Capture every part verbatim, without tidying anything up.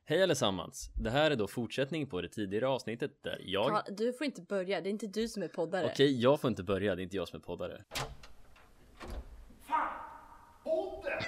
Hej allesammans, det här är då fortsättning på det tidigare avsnittet där jag... Ja, du får inte börja, det är inte du som är poddare. Okej, jag får inte börja, det är inte jag som är poddare. Fan! Podden!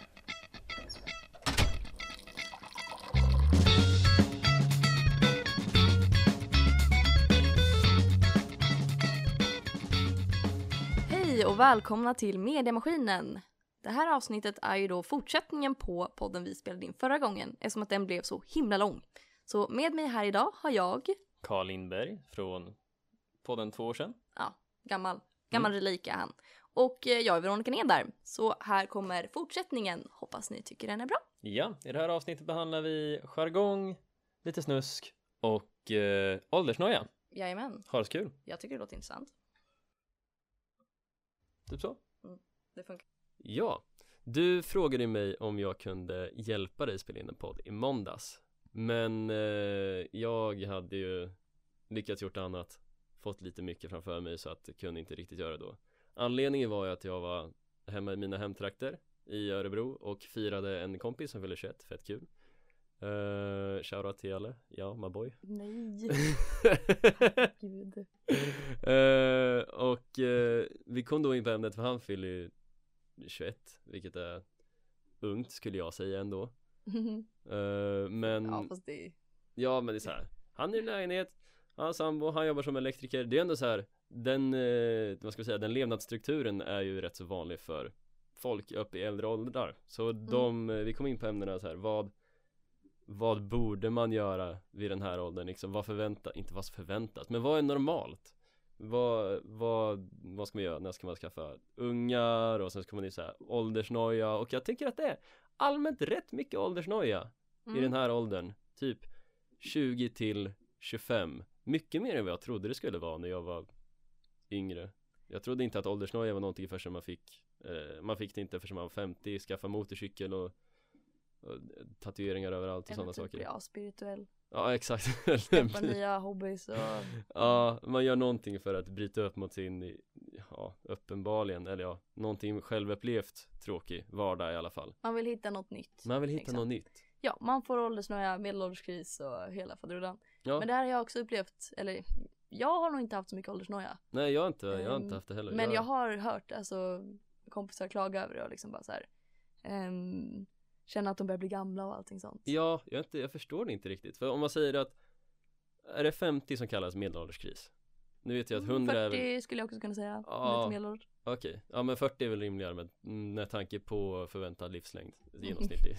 Hej och välkomna till Mediamaskinen. Det här avsnittet är ju då fortsättningen på podden vi spelade in förra gången, eftersom att den blev så himla lång. Så med mig här idag har jag... Carl Lindberg från podden två år sedan. Ja, gammal, gammal mm. relik är han. Och jag är Veronica Nedar. Så här kommer fortsättningen. Hoppas ni tycker den är bra. Ja, i det här avsnittet behandlar vi jargong, lite snusk och eh, åldersnoja. Jajamän. Har det kul. Jag tycker det låter intressant. Typ så. Mm, det funkar. Ja, du frågade mig om jag kunde hjälpa dig spela in en podd i måndags. Men eh, jag hade ju lyckats gjort annat, fått lite mycket framför mig så att jag kunde inte riktigt göra det då. Anledningen var ju att jag var hemma i mina hemtrakter i Örebro och firade en kompis som fyllde tjugoett, fett kul. Uh, shoutout till alla, ja, my boy. Nej. Gud. uh, Och uh, vi kom då in på ämnet för han fyller ju tjugoett, vilket är ungt skulle jag säga ändå. uh, Men ja, fast det... ja, men det är så här. Han är i lägenhet, han har sambo, han jobbar som elektriker. Det är ändå så här, den, uh, vad ska vi säga, den levnadsstrukturen är ju rätt så vanlig för folk upp i äldre åldrar. Så mm. de, vi kom in på ämnena så här, vad Vad borde man göra vid den här åldern? Liksom, vad förväntas, inte vad förväntas, men vad är normalt? Vad, vad, vad ska man göra? När ska man skaffa ungar? Och sen ska man ju säga åldersnoja. Och jag tycker att det är allmänt rätt mycket åldersnoja mm. i den här åldern. Typ tjugo till tjugofem. Mycket mer än vad jag trodde det skulle vara när jag var yngre. Jag trodde inte att åldersnoja var någonting förrän man fick eh, Man fick det inte förrän man var femtio. Skaffa motorcykel och och tatueringar överallt och sådana saker. Ja, spirituell. Ja, exakt. Skaffa nya hobbys och... Ja, man gör någonting för att bryta upp mot sin, ja, uppenbarligen, eller ja, någonting självupplevt tråkig vardag i alla fall. Man vill hitta något nytt. Man vill hitta liksom. något nytt. Ja, man får åldersnöja, medelålderskris och hela faderullan. Ja. Men det här har jag också upplevt, eller jag har nog inte haft så mycket åldersnöja. Nej, jag har inte, jag har inte haft det heller. Men jag... jag har hört, alltså, kompisar klaga över det och liksom bara så här... Um, känna att de börjar bli gamla och allting sånt. Ja, jag, inte, jag förstår det inte riktigt. För om man säger att är det femtio som kallas medelålderskris? Nu vet jag att hundra fyrtio är väl... skulle jag också kunna säga. Ja, medelålder. Okej, okay. Ja men fyrtio är väl rimligare med, med tanke på förväntad livslängd genomsnittlig.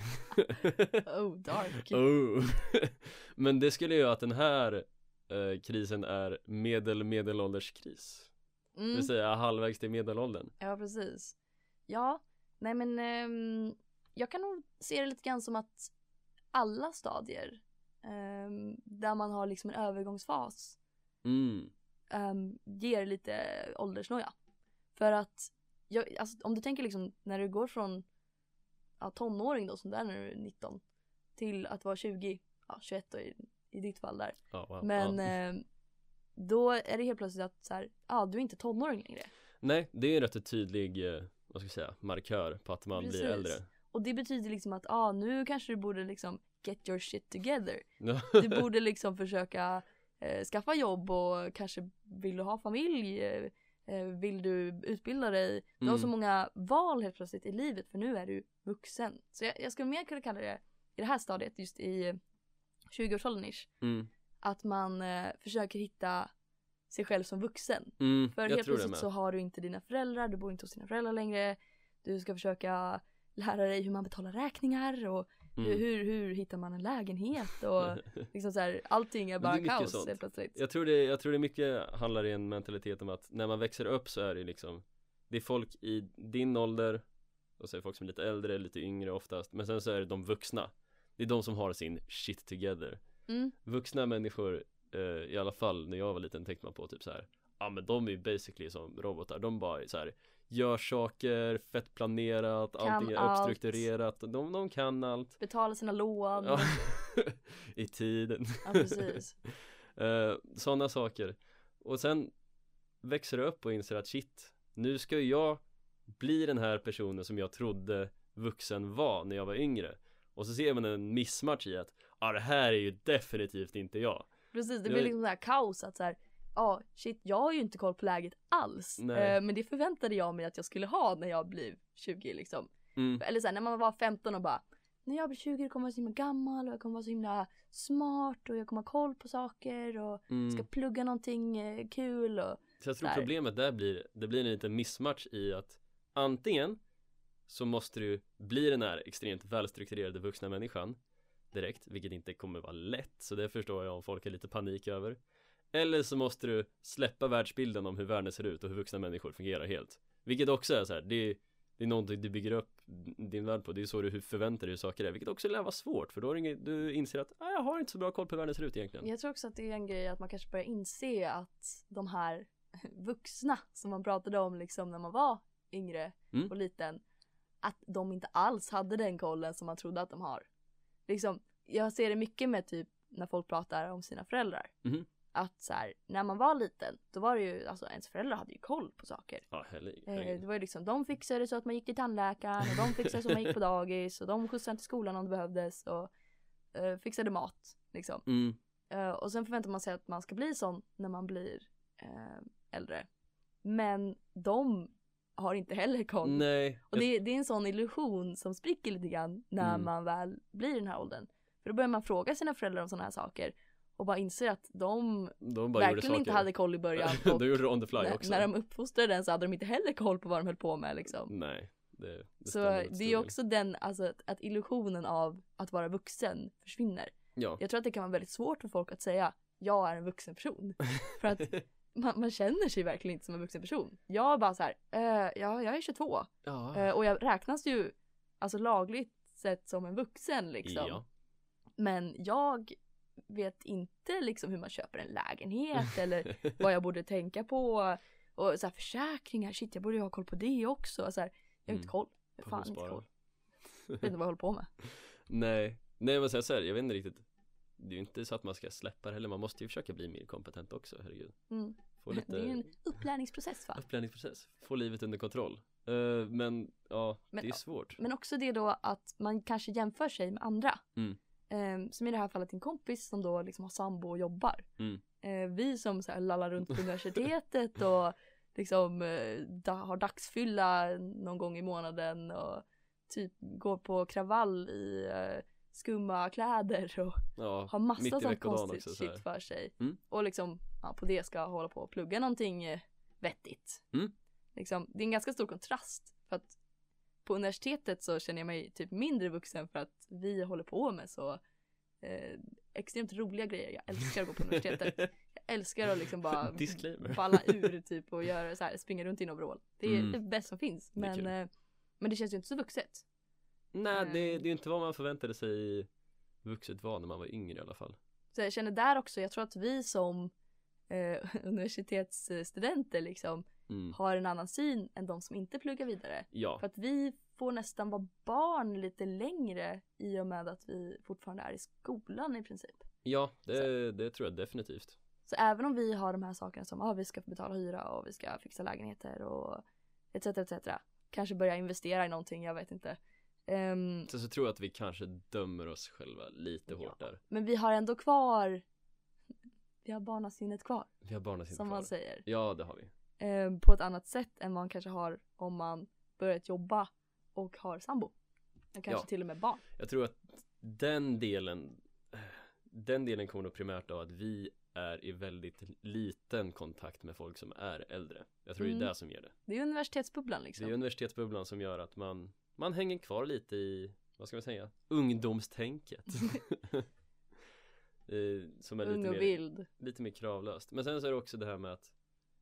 Oh, dark. Oh. Men det skulle ju göra att den här eh, krisen är medel-medelålderskris. Mm. Det vill säga halvvägs till medelåldern. Ja, precis. Ja, nej men um, jag kan nog se det lite grann som att alla stadier um, där man har liksom en övergångsfas mm. um, ger lite åldersnoja. För att jag, alltså, om du tänker liksom när du går från ja, tonåring då som där när du är nitton till att vara tjugo, ja, tjugoett då i, i ditt fall där. Oh, wow. Men oh. um, då är det helt plötsligt att så här, ja, du är inte tonåring längre. Nej, det är en rätt tydlig eh, vad ska jag säga, markör på att man Precis. blir äldre. Och det betyder liksom att ah, nu kanske du borde liksom get your shit together. Ja. Du borde liksom försöka eh, skaffa jobb och kanske vill du ha familj, eh, vill du utbilda dig. Du mm. har så många val helt plötsligt i livet för nu är du vuxen. Så jag, jag skulle mer kunna kalla det i det här stadiet just i tjugoårsåldern ish. Mm. Att man eh, försöker hitta sig själv som vuxen. Mm, för helt plötsligt så har du inte dina föräldrar, du bor inte hos dina föräldrar längre. Du ska försöka lära dig hur man betalar räkningar och mm. hur, hur hittar man en lägenhet och liksom så här, allting är bara är kaos helt plötsligt. Jag tror, det, jag tror det mycket handlar i en mentalitet om att när man växer upp så är det liksom, det är folk i din ålder och så är det folk som är lite äldre, lite yngre oftast, men sen så är det de vuxna. Det är de som har sin shit together. Mm. Vuxna människor, eh, i alla fall när jag var liten, tänkte man på typ så här, ja men de är basically som robotar, de bara så här gör saker, fett planerat, kan allting är allt. Uppstrukturerat, de, de kan allt. Betala sina lån. Ja. I tiden. Ja, precis. uh, sådana saker. Och sen växer du upp och inser att shit, nu ska jag bli den här personen som jag trodde vuxen var när jag var yngre. Och så ser man en missmatch i att ja, det här är ju definitivt inte jag. Precis, det Jag- blir liksom så här kaos att så här, ja shit, jag har ju inte koll på läget alls. Nej. Eh, men det förväntade jag mig att jag skulle ha när jag blev tjugo liksom. Mm. Eller så här, när man var femton och bara, när jag blir tjugo kommer jag vara så himla gammal och jag kommer vara så himla smart och jag kommer ha koll på saker och Mm. ska plugga någonting eh, kul och Så jag tror där. problemet där blir, det blir en liten missmatch i att antingen så måste du bli den här extremt välstrukturerade vuxna människan direkt, vilket inte kommer vara lätt, så det förstår jag om folk har lite panik över. Eller så måste du släppa världsbilden om hur världen ser ut och hur vuxna människor fungerar helt. Vilket också är så här, det är, det är någonting du bygger upp din värld på, det är så du förväntar dig hur saker är, vilket också lär vara svårt, för då är det inget, du inser att ah, jag har inte så bra koll på hur världen ser ut egentligen. jag tror också att det är en grej att man kanske börjar inse att de här vuxna som man pratade om liksom när man var yngre Mm. och liten, att de inte alls hade den kollen som man trodde att de har. Liksom, jag ser det mycket med typ när folk pratar om sina föräldrar. Mhm. Att så här, när man var liten, då var det ju, alltså ens föräldrar hade ju koll på saker. Ja, herre- Eh, herregud. det var ju liksom, de fixade så att man gick till tandläkaren och de fixade så att man gick på dagis och de skjutsade till skolan om det behövdes och eh, fixade mat liksom. Mm. Eh, och sen förväntar man sig att man ska bli sån när man blir eh, äldre. Men de har inte heller koll. Nej. Och det, det är en sån illusion som spricker lite grann när Mm. man väl blir i den här åldern. För då börjar man fråga sina föräldrar om såna här saker och bara inser att de De bara gjorde verkligen saker. inte hade koll i början. Och De gjorde det on the fly när, också. när de uppfostrade den så hade de inte heller koll på vad de höll på med liksom. Nej, det, det Så stämmer till det stor är ju del. också den, alltså att, att illusionen av att vara vuxen försvinner. Ja. Jag tror att det kan vara väldigt svårt för folk att säga jag är en vuxen person. För att man, man känner sig verkligen inte som en vuxen person. Jag är bara så här, eh, ja, jag är tjugotvå. Ja. Eh, och jag räknas ju alltså lagligt sett som en vuxen liksom. Ja. Men jag vet inte liksom hur man köper en lägenhet eller vad jag borde tänka på. Och så här, försäkringar, shit jag borde ju ha koll på det också. Så här, jag har inte Mm. koll. Jag har fan inte Pensionssparande. koll. Jag vet inte vad jag håller på med. Nej, nej men så här, så här, jag vet inte riktigt. Det är ju inte så att man ska släppa det heller, man måste ju försöka bli mer kompetent också, herregud. Mm. Få lite Det är ju en upplärningsprocess va? upplärningsprocess, få livet under kontroll. Eh, men ja, Men- det är svårt. Men också det då att man kanske jämför sig med andra. Mm. Ehm, som i det här fallet en kompis som då liksom har sambo och jobbar. Mm. Eh, vi som så här lallar runt på universitetet och liksom eh, da, har dagsfylla någon gång i månaden och typ går på kravall i eh, skumma kläder och Ja, har massa mitt i sånt veckodagen konstigt också, så här. shit för sig. Mm. Och liksom ja, på det ska hålla på och plugga någonting eh, vettigt. Mm. Liksom, det är en ganska stor kontrast för att på universitetet så känner jag mig typ mindre vuxen för att vi håller på med så eh, extremt roliga grejer. Jag älskar att gå på universitetet. Jag älskar att liksom bara Disclaimer. falla ur typ och göra så här, springa runt i en overall. Det är Mm. det bästa som finns. Det är Men, kul. eh, men det känns ju inte så vuxet. Nej, det, det Mm. är ju inte vad man förväntade sig i vuxet var när man var yngre i alla fall. Så jag känner där också, jag tror att vi som eh, universitetsstudenter liksom Mm. har en annan syn än de som inte pluggar vidare. Ja, För att vi får nästan vara barn lite längre i och med att vi fortfarande är i skolan i princip. ja det, det tror jag definitivt. Så även om vi har de här sakerna som ah, vi ska betala hyra och vi ska fixa lägenheter och et cetera et cetera. Kanske börja investera i någonting, jag vet inte. Ehm, Sen så tror jag att vi kanske dömer oss själva lite hårt Ja. där. men vi har ändå kvar, vi har barnasinnet kvar, Vi har barnasinne som kvar. man säger. Ja, det har vi. Ehm, på ett annat sätt än man kanske har om man börjat jobba och har sambo. Och kanske Ja. till och med barn. Jag tror att den delen den delen kommer nog primärt av att vi är i väldigt liten kontakt med folk som är äldre. Jag tror Mm. det är det som ger det. Det är universitetsbubblan Det liksom. är universitetsbubblan som gör att man man hänger kvar lite i, vad ska man säga, ungdomstänket. Eh, som är Ung lite och mer, vild. lite mer kravlöst. Men sen så är det också det här med att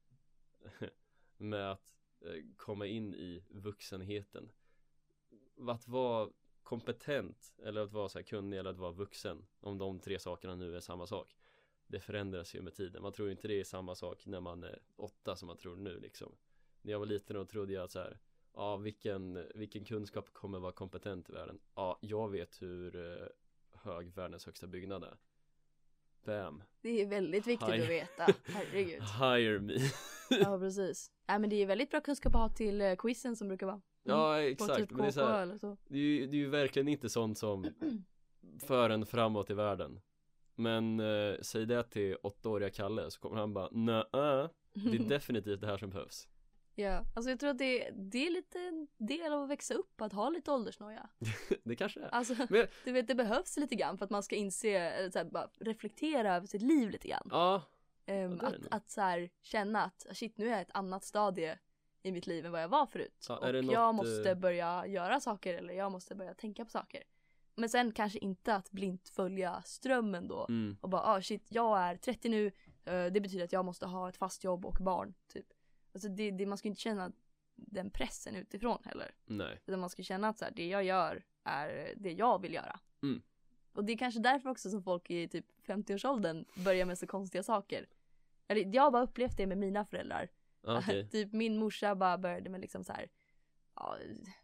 med att eh, komma in i vuxenheten. Att vara kompetent eller att vara så här kunnig eller att vara vuxen, om de tre sakerna nu är samma sak, det förändras ju med tiden. Man tror inte det är samma sak när man är åtta som man tror nu liksom. När jag var liten och trodde jag att så här, ja, vilken, vilken kunskap kommer vara kompetent i världen? Ja, jag vet hur eh, hög världens högsta byggnad är. Bam. Det är väldigt viktigt Hi. att veta. Herregud. Hire me. Ja, precis. Nej, men det är väldigt bra kunskap att ha till eh, quizen som brukar vara. Ja, På exakt. typ Men det är, så K K här, eller så. det, är ju, det är ju verkligen inte sånt som för en framåt i världen. Men eh, säg det till åttaåriga Kalle så kommer han bara, nej, det är definitivt det här som behövs. Ja, alltså jag tror att det, det är lite en del av att växa upp, att ha lite åldersnoja. Det kanske är. Alltså, Men, du vet, det behövs lite grann för att man ska inse, eller så här, bara reflektera över sitt liv lite grann. ja, Ehm, ja, det är det att nog. att så här, känna att shit, nu är jag ett annat stadie i mitt liv än vad jag var förut. Ja, och är det jag något, måste eh, börja göra saker, eller jag måste börja tänka på saker. Men sen kanske inte att blint följa strömmen då. mm, Och bara, ah shit, jag är trettio nu, eh, det betyder att jag måste ha ett fast jobb och barn, typ. Alltså det, det, man ska inte känna den pressen utifrån heller. nej. Utan man ska känna att så här, det jag gör är det jag vill göra. Mm. Och det är kanske därför också som folk i typ femtio-årsåldern börjar med så konstiga saker. Eller jag har bara upplevt det med mina föräldrar. Ja, okej. Typ min morsa bara började med liksom så här, ja,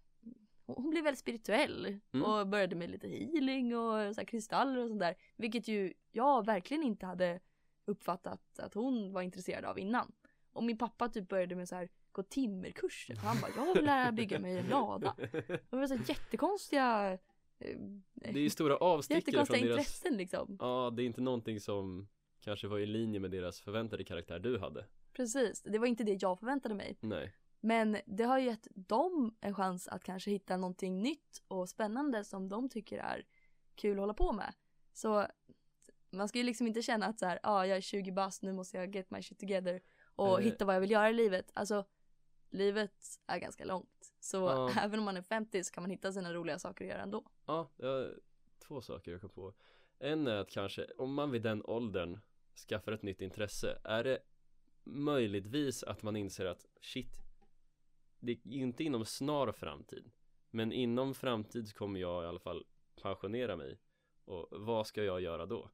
hon blev väldigt spirituell Mm. och började med lite healing och så här kristaller och sånt där. Vilket ju jag verkligen inte hade uppfattat att hon var intresserad av innan. Och min pappa typ började med så här, gå timmerkurser. För han bara, jag vill lära bygga mig en lada. Det var så här jättekonstiga eh, Det är ju stora avstickare från jättekonstiga deras... intressen liksom. Ja, det är inte någonting som kanske var i linje med deras förväntade karaktär du hade. Precis, det var inte det jag förväntade mig. Nej. Men det har ju gett dem en chans att kanske hitta någonting nytt och spännande som de tycker är kul att hålla på med. Så man ska ju liksom inte känna att så här, ah, jag är tjugo bast, nu måste jag get my shit together och Eh. hitta vad jag vill göra i livet. Alltså, livet är ganska långt. Så Ja. även om man är femtio så kan man hitta sina roliga saker att göra ändå. Ja, det var två saker jag kom på. En är att kanske, om man vid den åldern skaffar ett nytt intresse, är det möjligtvis att man inser att shit, det är inte inom snar framtid, men inom framtid kommer jag i alla fall pensionera mig. Och vad ska jag göra då?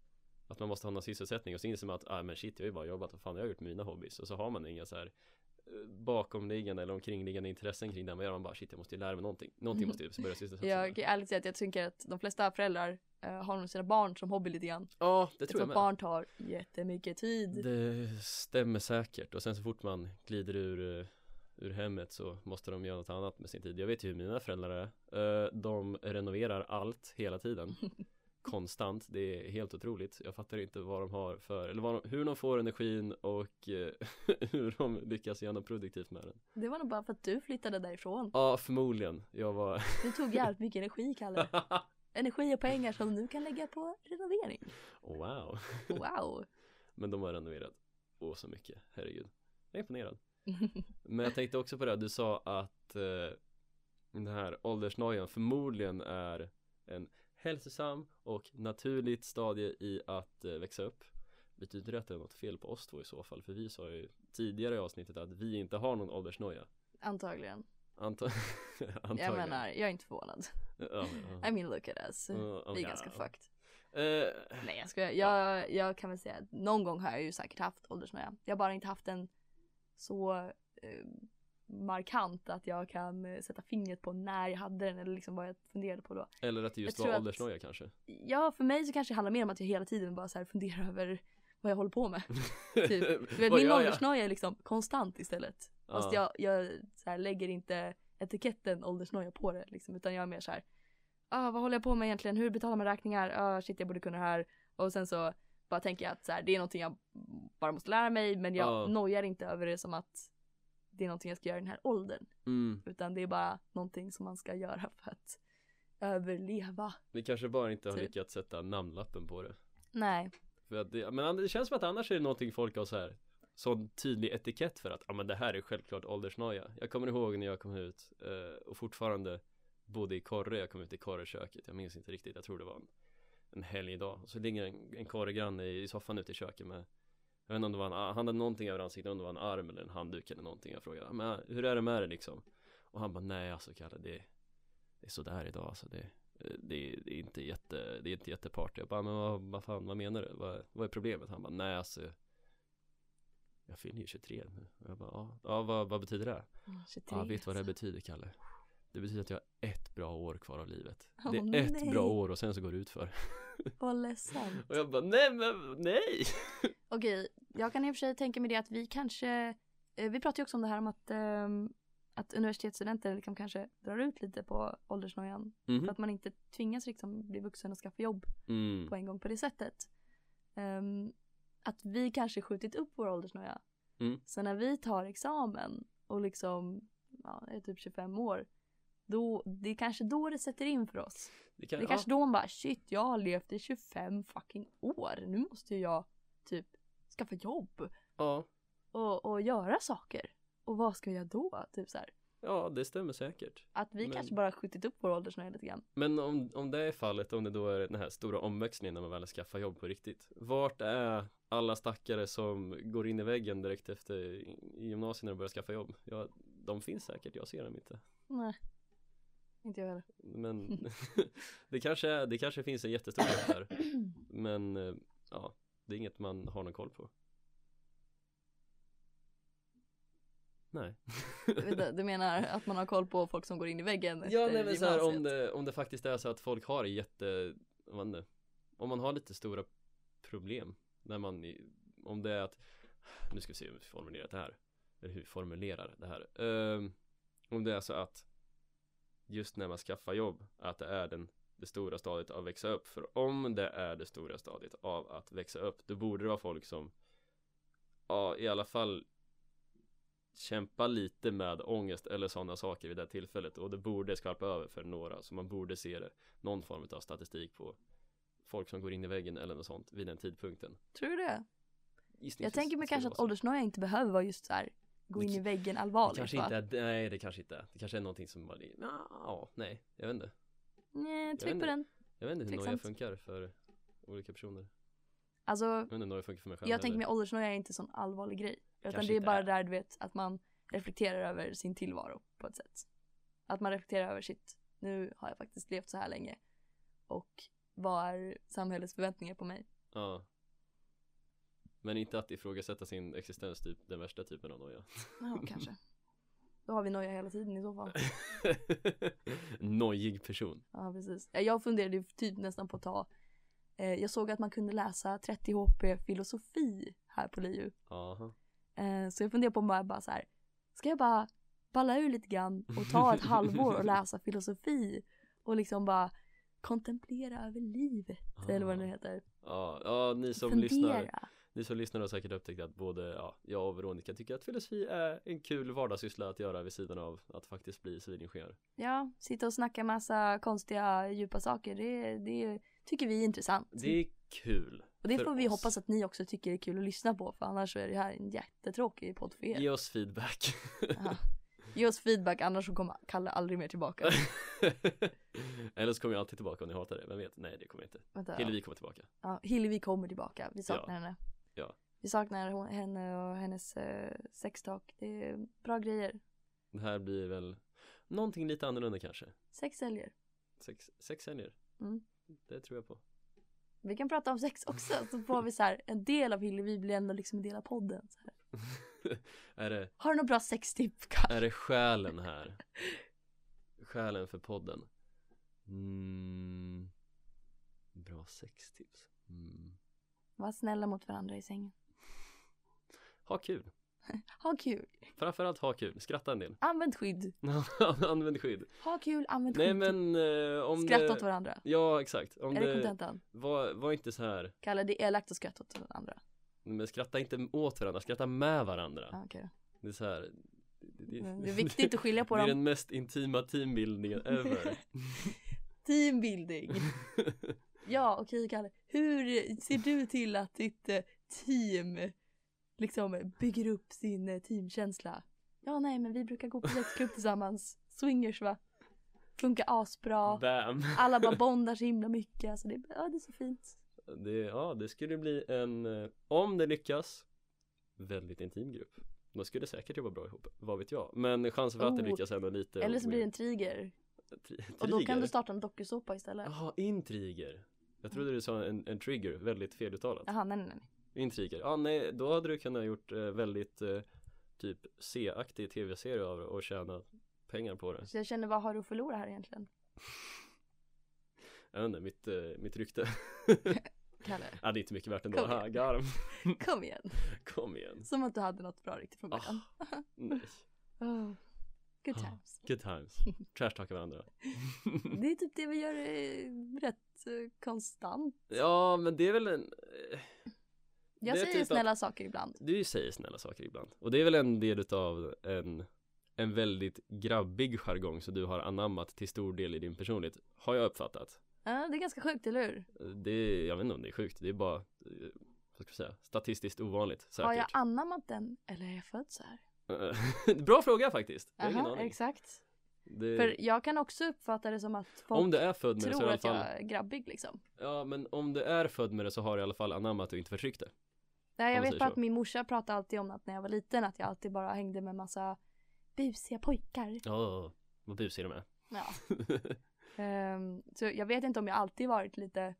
Att man måste ha någon sysselsättning, och så inser man att ah, men shit, jag har ju bara jobbat, vad fan jag har gjort med mina hobbys, och så har man inga så här eh, bakomliggande eller omkringliggande intressen kring det. Man gör man bara shit, jag måste ju lära mig någonting. Någonting måste ju börja sysselsätta sig Jag med. kan ärligt säga att jag tänker att de flesta föräldrar eh, har nog sina barn som hobby lite grann. Ja, det Jag tror tror jag att med. barn tar jättemycket tid. Det stämmer säkert. Och sen så fort man glider ur, eh, ur hemmet så måste de göra något annat med sin tid. Jag vet ju hur mina föräldrar är. Eh, De renoverar allt hela tiden. Konstant. Det är helt otroligt. Jag fattar inte vad de har för, eller vad de, hur de får energin och eh, hur de lyckas göra något produktivt med den. Det var nog bara för att du flyttade därifrån. Ja, förmodligen. Jag var... Du tog jävligt mycket energi, Kalle. Energi och pengar som du kan lägga på renovering. Wow. Wow. Men de har renoverat. Åh, så mycket. Herregud. Jag är imponerad. Men jag tänkte också på det, du sa att eh, den här åldersnojan förmodligen är en hälsosam och naturligt stadie i att eh, växa upp. Betyder det att det är något fel på oss två i så fall? För vi sa ju tidigare i avsnittet att vi inte har någon åldersnoja. Antagligen. Anta- Antagligen. Jag menar, jag är inte förvånad. Ja, ja. I mean, look at us. Ja, Vi är ja. ganska fucked. Eh, Nej, jag skojar. Jag, jag kan väl säga att någon gång har jag ju säkert haft åldersnoja. Jag har bara inte haft en så eh, markant att jag kan eh, sätta fingret på när jag hade den eller liksom vad jag funderade på då. Eller att det just Jag tror var att- åldersnoja kanske. Ja, för mig så kanske det handlar mer om att jag hela tiden bara så här funderar över vad jag håller på med. Typ. Du vet, Vad min gör jag? åldersnoja är liksom konstant istället. Fast Ja. jag, jag så här, lägger inte etiketten åldersnoja på det liksom, utan jag är mer så här, ah, vad håller jag på med egentligen? Hur betalar man räkningar? Ah, shit, jag borde kunna det här. Och sen så bara tänker jag att så här, det är någonting jag bara måste lära mig, men jag Ja. nojar inte över det som att det är någonting jag ska göra i den här åldern. Mm. Utan det är bara någonting som man ska göra för att överleva. Vi kanske bara inte har Typ. lyckats sätta namnlappen på det. Nej. För att det, men det känns som att annars är det någonting folk har så här sån tydlig etikett för att ja, men det här är självklart åldersnoja. Jag kommer ihåg när jag kom ut eh, och fortfarande bodde i Korre. Jag kom ut i Korreköket. Jag minns inte riktigt. Jag tror det var en, en helgdag. Och så ligger en, en Korregranne i, i soffan ute i köket med, jag vet inte om det var en, han hade någonting över ansiktet, om det var en arm eller en handduk eller någonting. Jag frågade, men hur är det med det liksom? Och han bara, nej alltså Kalle, det, det är sådär idag alltså. Det, det, det är inte jätte, det är inte jätteparty. Jag bara, men vad, vad fan, vad menar du? Vad, vad är problemet? Han bara, nej alltså, jag fyller ju tjugotre nu. Och jag bara, ja, ja vad, vad betyder det? tjugotre, Ja, vet vad det alltså. betyder, Kalle? Det betyder att jag har ett bra år kvar av livet. Åh, Det är ett nej. bra år och sen så går det ut för. Vad ledsamt. Och jag bara, nej men nej! Okej, jag kan i och för sig tänka mig det att vi kanske, eh, vi pratar ju också om det här om att ehm, att universitetsstudenter liksom kanske drar ut lite på åldersnojan. Mhm. För att man inte tvingas liksom bli vuxen och skaffa jobb Mm. på en gång på det sättet. Ehm, att vi kanske skjutit upp vår åldersnoja. Mm. Så när vi tar examen och liksom, ja, är typ tjugofem år. Då, det är kanske då det sätter in för oss. Det kan, Det är kanske då man bara, shit, jag har levt i tjugofem fucking år. Nu måste jag typ skaffa jobb ja. och, och göra saker. Och vad ska jag göra då? Typ så här. Ja, det stämmer säkert. Att vi Men- kanske bara skjutit upp vår åldersnöja lite grann. Men om, om det är fallet, om det då är den här stora omväxlingen när man väl skaffar jobb på riktigt. Vart är alla stackare som går in i väggen direkt efter i gymnasiet när de börjar skaffa jobb? Ja, de finns säkert, jag ser dem inte. Nej, inte jag heller. Men det, kanske är, det kanske finns en jättestor grupp där. Men eh, ja, det är inget man har någon koll på. Nej. Du- Du menar att man har koll på folk som går in i väggen Ja, efter nej, men så här, om, gymnasiet? det, om det faktiskt är så att folk har jätte, vad vet inte, om man har lite stora problem när man, i- om det är att, nu ska vi se hur vi formulerar det här, eller hur vi formulerar det här. Ehm, om det är så att just när man skaffar jobb, att det är den, det stora stadiet av att växa upp. För om det är det stora stadiet av att växa upp, då borde det vara folk som, ja, i alla fall kämpa lite med ångest eller sådana saker vid det här tillfället, och det borde skvalpa över för några, så man borde se det, någon form av statistik på folk som går in i väggen eller något sånt vid den tidpunkten. Tror du det? Gissningsvis Jag tänker mig skulle kanske det att vara så. åldersnoja inte behöver vara just så här, gå Det in i k- väggen Det allvarligt, kanske va? inte är, nej det kanske inte är, det kanske är någonting som bara, ja, ja, nej, jag vet inte Nej, vet tryck på inte. den. jag vet inte hur noja Tveksamt. funkar för olika personer. Alltså, Jag vet inte hur noja funkar för mig själv jag tänker heller. mig åldersnoja är inte en sån allvarlig grej. Utan Kanske det är inte bara är. där du vet att man reflekterar över sin tillvaro på ett sätt. Att man reflekterar över sitt, nu har jag faktiskt levt så här länge. Och vad är samhällets förväntningar på mig? Ja. Men inte att ifrågasätta sin existens, typ den värsta typen av noja. Ja, kanske. Då har vi noja hela tiden i så fall. Nojig person. Ja, precis. Ja, jag funderade ju typ nästan på att ta, eh, jag såg att man kunde läsa trettio H P filosofi här på L I U. Aha. Eh, så jag funderar på om jag bara så här, ska jag bara balla ur lite grann och ta ett halvår och läsa filosofi och liksom bara kontemplera över livet, eller vad det nu heter. Ja, ja, ni som Fundera. lyssnar Ni som lyssnar har säkert upptäckt att både ja, jag och Veronica tycker att filosofi är en kul vardagssyssla att göra vid sidan av att faktiskt bli civilingenjör. Ja, sitta och snacka massa konstiga, djupa saker, det, det tycker vi är intressant. Det är kul. Och det för får vi oss. hoppas att ni också tycker är kul att lyssna på, för annars så är det här en jättetråkig podd för er. Ge oss feedback. Aha. Ge oss feedback, annars så kommer Kalle aldrig mer tillbaka. Eller så kommer jag alltid tillbaka om ni hatar det. Vem vet? Nej, det kommer jag inte. Vänta, Hillevi kommer tillbaka. ja, Hillevi kommer tillbaka, vi saknar Ja. henne. Ja. Vi saknar hon, henne och hennes eh, sextalk. Det är bra grejer. Det här blir väl någonting lite annorlunda kanske. Sex säljer. Sex, sex säljer. Mm. Det tror jag på. Vi kan prata om sex också, så får vi så här, en del av Hillevi blir ändå liksom en del av podden. Så här. är, det, Har du några bra sextips, Kalle? är det själen här? Själen för podden. Mm. Bra sextips. Mm. Var snälla mot varandra i sängen. Ha kul. Ha kul. Framförallt ha kul. Skratta en del. Använd skydd. Använd skydd. Ha kul, använd Nej skydd. men eh, om Skratta det... åt varandra. Ja exakt. Om Är det det kontentan? var, var inte så här. Kalle, det är elakt att skratta åt varandra. Men skratta inte åt varandra. Skratta med varandra. Ja, okej då. Det är så här. Det, Mm, det är viktigt att skilja på Det är dem. den mest intima teambildningen ever. Teambuilding. Ja, okej Kalle. Hur ser du till att ditt eh, team liksom bygger upp sin eh, teamkänsla? Ja, nej, men vi brukar gå på sexklubb tillsammans. Swingers, va? Funkar asbra. Bam. Alla bara bondar så himla mycket. Alltså det, ja, det är så fint. Det, ja, det skulle bli en, eh, om det lyckas, väldigt intim grupp. De skulle säkert jobba bra ihop, vad vet jag. Men chansen för att det Oh. lyckas är ändå lite. Eller så blir det en triger. Tri- Och då kan trigger. du starta en dokusåpa istället. Jaha, intriger. Jag trodde du sa en, en trigger, väldigt feluttalat. Jaha, nej, nej, nej. Intriger. Ja, nej, då hade du kunnat gjort eh, väldigt eh, typ C-aktig tv-serie av det och tjäna pengar på det. Så jag känner, vad har du att förlora här egentligen? Jag vet inte, mitt, eh, mitt rykte. Kalle, Ja, det är inte mycket värt ändå. Kom Ha, garm. kom igen. Kom igen. Som att du hade något bra riktigt från början. Ah, nej. Oh. Good times. Good times. Trash-talka varandra. Det är typ det vi gör eh, rätt eh, konstant. Ja, men det är väl en... eh, Jag det är säger typ snälla saker ibland. Du säger snälla saker ibland. Och det är väl en del utav en, en väldigt grabbig jargong så du har anammat till stor del i din personlighet. Har jag uppfattat. Ja, det är ganska sjukt, eller hur? Det är, jag vet inte om det är sjukt. Det är bara, eh, vad ska jag säga, statistiskt ovanligt. Säkert. Har jag anammat den eller är jag född så här? Bra fråga faktiskt. Jag har ingen Aha, aning. exakt. Det... För jag kan också uppfatta det som att folk Om du är född med det så tror är det i att alla fall... jag är grabbig liksom. Ja, men om du är född med det så har du i alla fall anammat och inte förtryckt det. Nej, jag Om man vet säger bara så. att min morsa pratade alltid om att när jag var liten att jag alltid bara hängde med massa busiga pojkar. Ja, vad busig de är. Ja. Ehm, så jag vet inte om jag alltid varit lite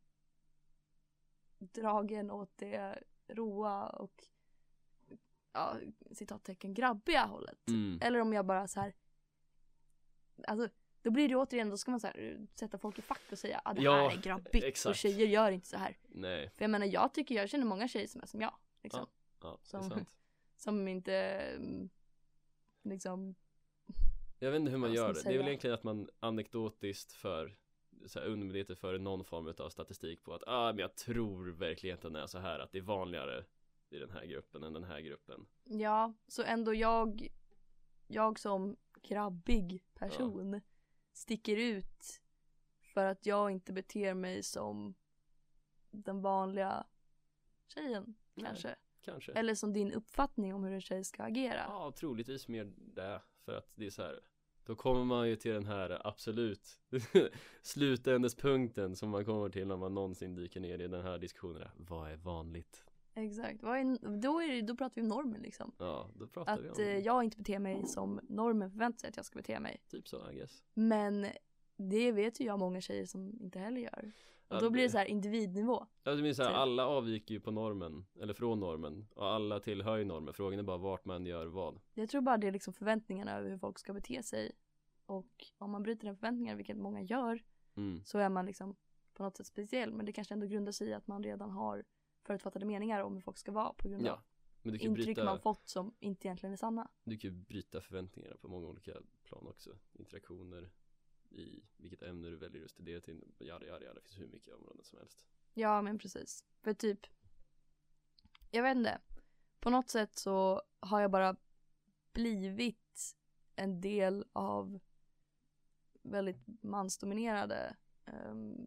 dragen åt det roa och ja, citattecken grabbiga hållet. Mm. Eller om jag bara så här, alltså då blir det återigen, då ska man så här sätta folk i fack och säga att ah, det Ja, här är grabbigt exakt. och tjejer gör inte så här. Nej, För jag menar, jag tycker jag känner många tjejer som är som jag liksom. ja, det är Som- sant. Som inte mm, liksom Jag vet inte hur man Vad ska gör man det. Det är väl säga? egentligen att man anekdotiskt för så här undermedvetet för någon form av statistik på att ah, men jag tror verkligen att den är så här att det är vanligare i den här gruppen än den här gruppen. ja, så ändå jag jag som grabbig person sticker ut för att jag inte beter mig som den vanliga tjejen Nej. kanske. Kanske. Eller som din uppfattning om hur en tjej ska agera. Ja, troligtvis mer det. För att det är så här. Då kommer man ju till den här absolut slutändespunkten som man kommer till när man någonsin dyker ner i den här diskussionen. Vad är vanligt? Exakt. Vad är, då, är det, då pratar vi om normen liksom. Ja, då pratar vi Att om eh, jag inte beter mig som normen förväntar sig att jag ska bete mig. typ så, I guess. Men det vet ju jag många tjejer som inte heller gör. Och Ja, då blir det- det så här individnivå. Jag menar så här, Typ. alla avviker ju på normen, eller från normen, och alla tillhör ju normen. Frågan är bara vart man gör vad. Jag tror bara det är liksom förväntningarna över hur folk ska bete sig. Och om man bryter den förväntningen, vilket många gör, Mm. så är man liksom på något sätt speciell. Men det kanske ändå grundar sig i att man redan har förutfattade meningar om hur folk ska vara på grund av Ja, men du kan ju intryck bryta, man fått som inte egentligen är sanna. du kan ju bryta förväntningar på många olika plan också. Interaktioner i vilket ämne du väljer just det till. Jada, jada, jada. Det finns hur mycket områden som helst. Ja, men precis. För typ, jag vet inte. På något sätt så har jag bara blivit en del av väldigt mansdominerade ehm,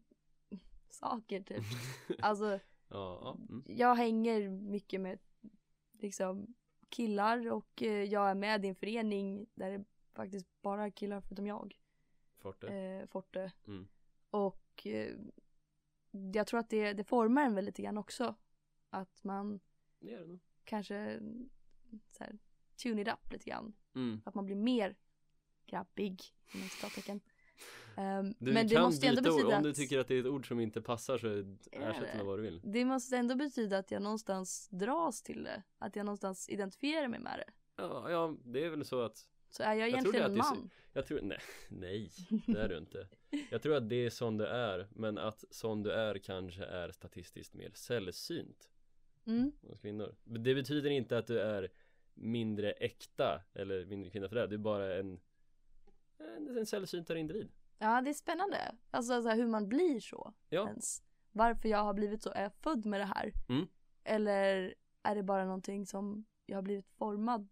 saker typ. Alltså, Ja, ja. Mm. jag hänger mycket med liksom killar och eh, jag är med i en förening där det faktiskt bara är killar förutom jag. Forte. Eh, Forte. Mm. Och eh, jag tror att det, det formar en väl lite grann också. Att man Det är det nog. kanske mm, så här, tune it up lite grann. Mm. Att man blir mer grabbig, inom citattecken. Um, Du men det kan måste ju ändå byta ord. betyda Om du att tycker att det är ett ord som inte passar så Är ersätt det? med vad du vill. det måste ändå betyda att jag någonstans dras till det. Att jag någonstans identifierar mig med det. Ja, ja, det är väl så att Så är jag Jag tror egentligen det en att det är så- man. jag tror, nej, nej, det är du inte. Jag tror att det är sån du är, men att sån du är kanske är statistiskt mer sällsynt Mm. hos kvinnor. Det betyder inte att du är mindre äkta eller mindre kvinna för det. Du är bara en, en, en sällsyntare individ. Ja, det är spännande. Alltså så här, hur man blir så Ja. ens. Varför jag har blivit så. Är jag född med det här? Mm. Eller är det bara någonting som jag har blivit formad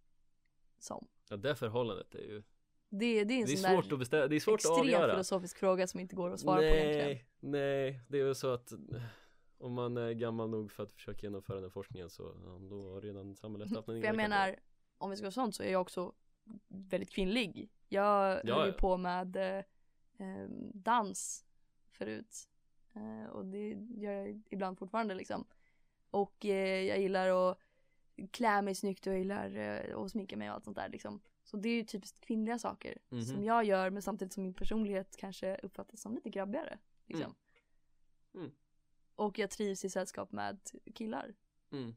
som? Ja, det förhållandet är ju, Det, det är en det är sån svårt där att bestämma, det är svårt att extrem avgöra. filosofisk fråga som inte går att svara på nej, egentligen. nej, det är väl så att om man är gammal nog för att försöka genomföra den forskningen så ja, då har redan samhället haft en För jag menar, om vi ska vara sånt så är jag också väldigt kvinnlig. Jag Ja, höll ju ja. på med eh, eh, dans förut. Eh, och det gör jag ibland fortfarande liksom. Och eh, jag gillar att klä mig snyggt och jag gillar eh, att sminka mig och allt sånt där liksom. Så det är ju typiskt kvinnliga saker Mhm. som jag gör, men samtidigt som min personlighet kanske uppfattas som lite grabbigare liksom. Mm. Mm. Och jag trivs i sällskap med killar. Mm.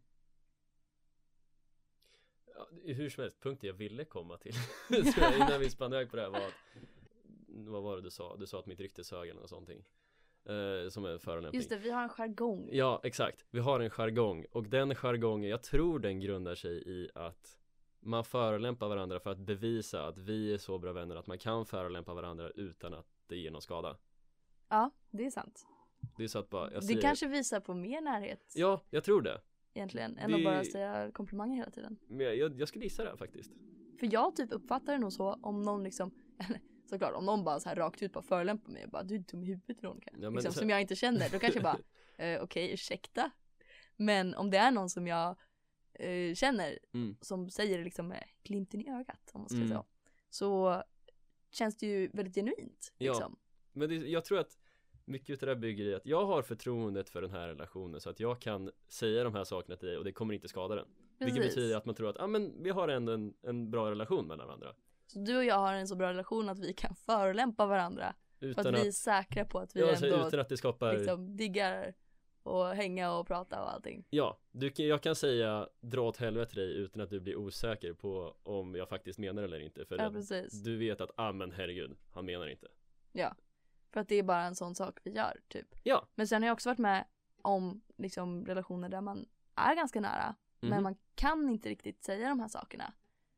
Ja, hur som helst, punkten jag ville komma till så jag, innan vi spann iväg på det här var att, vad var det du sa? Du sa att mitt rykte sög eller något sånt eh, som är förolämpning. Just det, vi har en jargong. Ja, exakt. Vi har en jargong och den jargongen, jag tror den grundar sig i att man förolämpar varandra för att bevisa att vi är så bra vänner att man kan förolämpa varandra utan att det ger någon skada. Ja, det är sant. Det är så att bara, jag Det säger, kanske visar på mer närhet ja, jag tror det. egentligen än Det- att bara säga komplimanger hela tiden. Men jag, jag, jag skulle gissa det här faktiskt. För jag typ uppfattar det nog så om någon liksom, såklart om någon bara så här rakt ut bara förolämpar mig och bara du är dum i huvudet Veronica. Ja, men liksom, så- som jag inte känner, då kanske jag bara eh, okej, okay, ursäkta. Men om det är någon som jag eh, känner Mm. som säger det liksom med glimten i ögat om man ska Mm. säga så känns det ju väldigt genuint Ja. liksom. Men det, jag tror att mycket utav det här bygger i att jag har förtroendet för den här relationen så att jag kan säga de här sakerna till dig och det kommer inte skada den. Vilket Precis. betyder att man tror att ah, men vi har ändå en, en bra relation mellan varandra. Så du och jag har en så bra relation att vi kan förolämpa varandra för Utan att vi är att, säkra på att vi ja, alltså, ändå utan att det skapar liksom diggar och hänga och prata och allting. Ja, du, kan- jag kan säga dra åt helvete dig utan att du blir osäker på om jag faktiskt menar eller inte. För Ja, att precis. du vet att, ah men herregud, han menar inte. Ja. För att det är bara en sån sak vi gör, typ. Ja. Men sen har jag också varit med om liksom relationer där man är ganska nära. Mhm. Men man kan inte riktigt säga de här sakerna.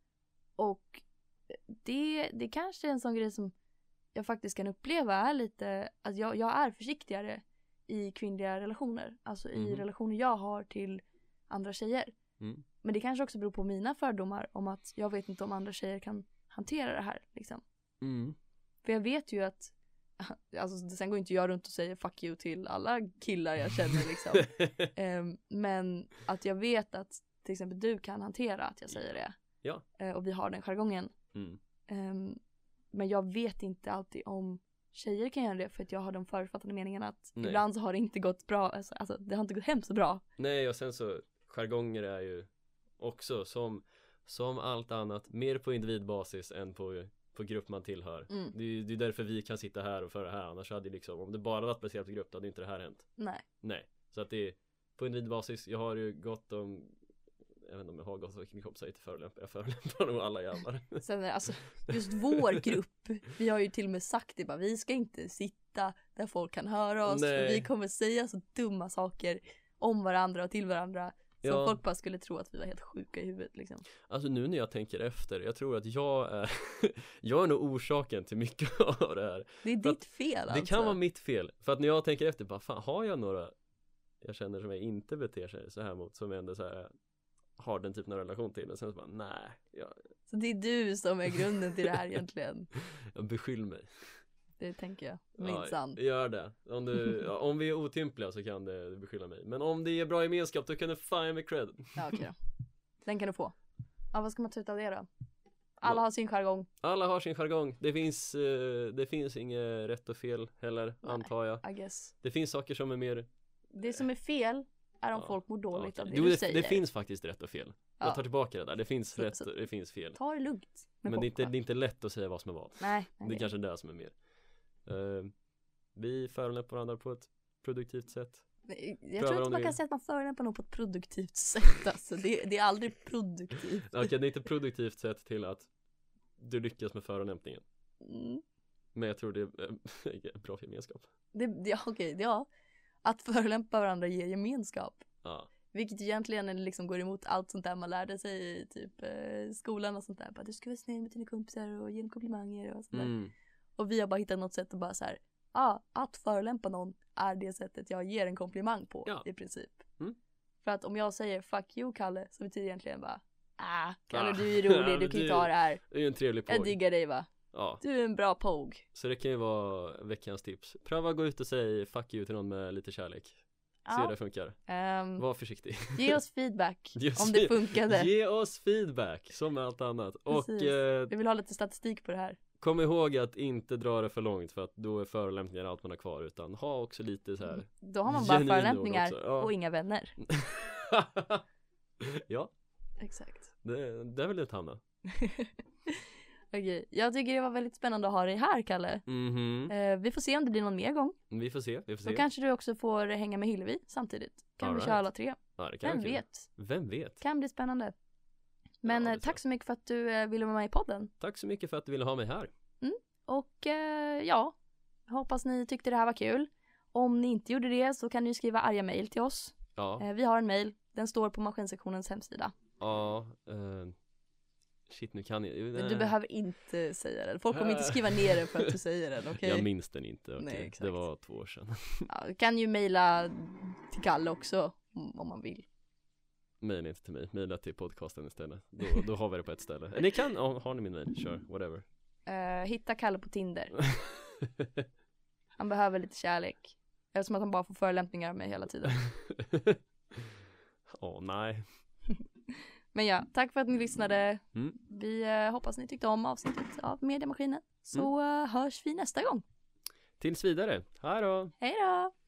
Och det, det kanske är en sån grej som jag faktiskt kan uppleva är lite, att jag, jag är försiktigare i kvinnliga relationer. Alltså i Mhm. relationer jag har till andra tjejer. Mm. Men det kanske också beror på mina fördomar om att jag vet inte om andra tjejer kan hantera det här liksom. Mm. För jag vet ju att alltså sen går inte jag runt och säger fuck you till alla killar jag känner liksom. Ehm, men att jag vet att till exempel du kan hantera att jag säger det. Ja. Eh, och vi har den jargongen. Mm. Ehm, men jag vet inte alltid om tjejer kan göra det för att jag har de förutfattade meningarna att Nej. ibland så har det inte gått bra. Alltså, alltså det har inte gått hem så bra. Nej, och sen så jargonger är ju också som, som allt annat mer på individbasis än på, på grupp man tillhör. Mm. Det är, det är därför vi kan sitta här och föra det här. Annars hade liksom, om det bara varit baserat på grupp då hade inte det här hänt. Nej. Nej, så att det är på individbasis. Jag har ju gått om, jag vet inte om jag har gått så mycket kompisar till förolämpar. Jag förolämpar nog alla jävlar. Sen är det, alltså just vår grupp, vi har ju till och med sagt det bara, vi ska inte sitta där folk kan höra oss. Nej. För vi kommer säga så dumma saker om varandra och till varandra. Som Ja. folk bara skulle tro att vi var helt sjuka i huvudet liksom. Alltså nu när jag tänker efter, jag tror att jag är jag är nog orsaken till mycket av det här. Det är För ditt fel Det alltså. kan vara mitt fel. För att när jag tänker efter, bara fan, har jag några jag känner som jag inte beter sig så här mot, som jag ändå så här har den typen av relation till, och sen så bara, nej, jag, Så det är du som är grunden till det här egentligen. jag beskyll mig. Det tänker jag. Ja, Minsann. gör det. Om, du, ja, om vi är otympliga så kan du beskylla mig. Men om det är bra gemenskap, då kan du fan ge mig cred. Ja, okej då. Den kan du få. Ja, vad ska man ta ut av det då? Alla Ja. har sin jargong. Alla har sin jargong. Det finns, eh, det finns inget rätt och fel heller, Nej. antar jag. I guess. Det finns saker som är mer Det som är fel är om Ja, folk mår dåligt ja, av okej. det Jo, du det, säger. det finns faktiskt rätt och fel. Ja. Jag tar tillbaka det där. Det finns Så- rätt så- och det finns fel. Ta det lugnt. med Men det är, folk, inte, va? det är inte lätt att säga vad som är vad. Nej. nej Det är det- kanske det som är mer. Eh, vi förolämpar varandra på ett produktivt sätt. Nej, Jag Pröva tror om inte man du kan vill. säga att man förolämpar någon på ett produktivt sätt alltså. det, det är aldrig produktivt. Okej, det är inte ett produktivt sätt till att du lyckas med förolämpningen. Mm. Men jag tror det är eh, bra för gemenskap. Det, det, ja, okej, ja. Att förolämpa varandra ger gemenskap. Ja. Vilket egentligen liksom går emot allt sånt där man lärde sig i typ eh, skolan och sånt där. Bara, du ska vara snäll med dina kompisar och ge dem komplimanger och sånt där. Mm. Och vi har bara hittat något sätt att bara så här, ja, att förolämpa någon är det sättet jag ger en komplimang på Ja. i princip. Mm. För att om jag säger fuck you Kalle, så betyder det egentligen bara, ah, Kalle Ah. du är rolig, du Men kan ju du- ta det här. Det är ju en trevlig Jag påg. diggar dig va? Ja. Du är en bra påg. Så det kan ju vara veckans tips. Pröva att gå ut och säga fuck you till någon med lite kärlek. Se hur Ja. det funkar. Ehm, Var försiktig. ge oss feedback Ge oss om det fe- funkade. Ge oss feedback som med allt annat. Och Precis. eh, Vi vill ha lite statistik på det här. kom ihåg att inte dra det för långt, för att då är förolämpningar allt man har kvar, utan ha också lite så här. Då har man bara genuina ord förolämpningar också, ja. och inga vänner. Ja, Exakt. det, det är väl ett hamna. Okej, jag tycker det var väldigt spännande att ha dig här Kalle. Mhm. Eh, vi får se om det blir någon mer gång. Vi får se, vi får Då se. kanske du också får hänga med Hillevi samtidigt. Kan All vi right. köra alla tre? Ja, det kan Vem vara kul. vet? Vem vet? Kan bli spännande. Men Ja, eh, det tack tror så mycket för att du eh, ville vara med i podden. Tack så mycket för att du ville ha mig här. Och eh, ja, hoppas ni tyckte det här var kul. Om ni inte gjorde det så kan ni skriva arga mejl till oss. Ja, Eh, vi har en mejl, den står på maskinsektionens hemsida. ja. Eh, Shit, nu kan jag Men du behöver inte säga den. Folk kommer inte skriva ner det för att du säger den, okej? Okay? Jag minns den inte, okej. Nej, Det var två år sedan. Ja, du kan ju mejla till Kalle också om man vill. Mejla inte till mig, mejla till podcasten istället. Då, då har vi det på ett ställe. Ni kan, oh, har ni min mejl? Sure, whatever. Uh, hitta Kalle på Tinder. Han behöver lite kärlek. Eftersom att han bara får förolämpningar av mig hela tiden. Åh, oh, nej. Men ja, tack för att ni lyssnade. Mm. Vi uh, hoppas ni tyckte om avsnittet av Mediamaskinen. Så uh, hörs vi nästa gång. Tills vidare. Hej då. Hej då.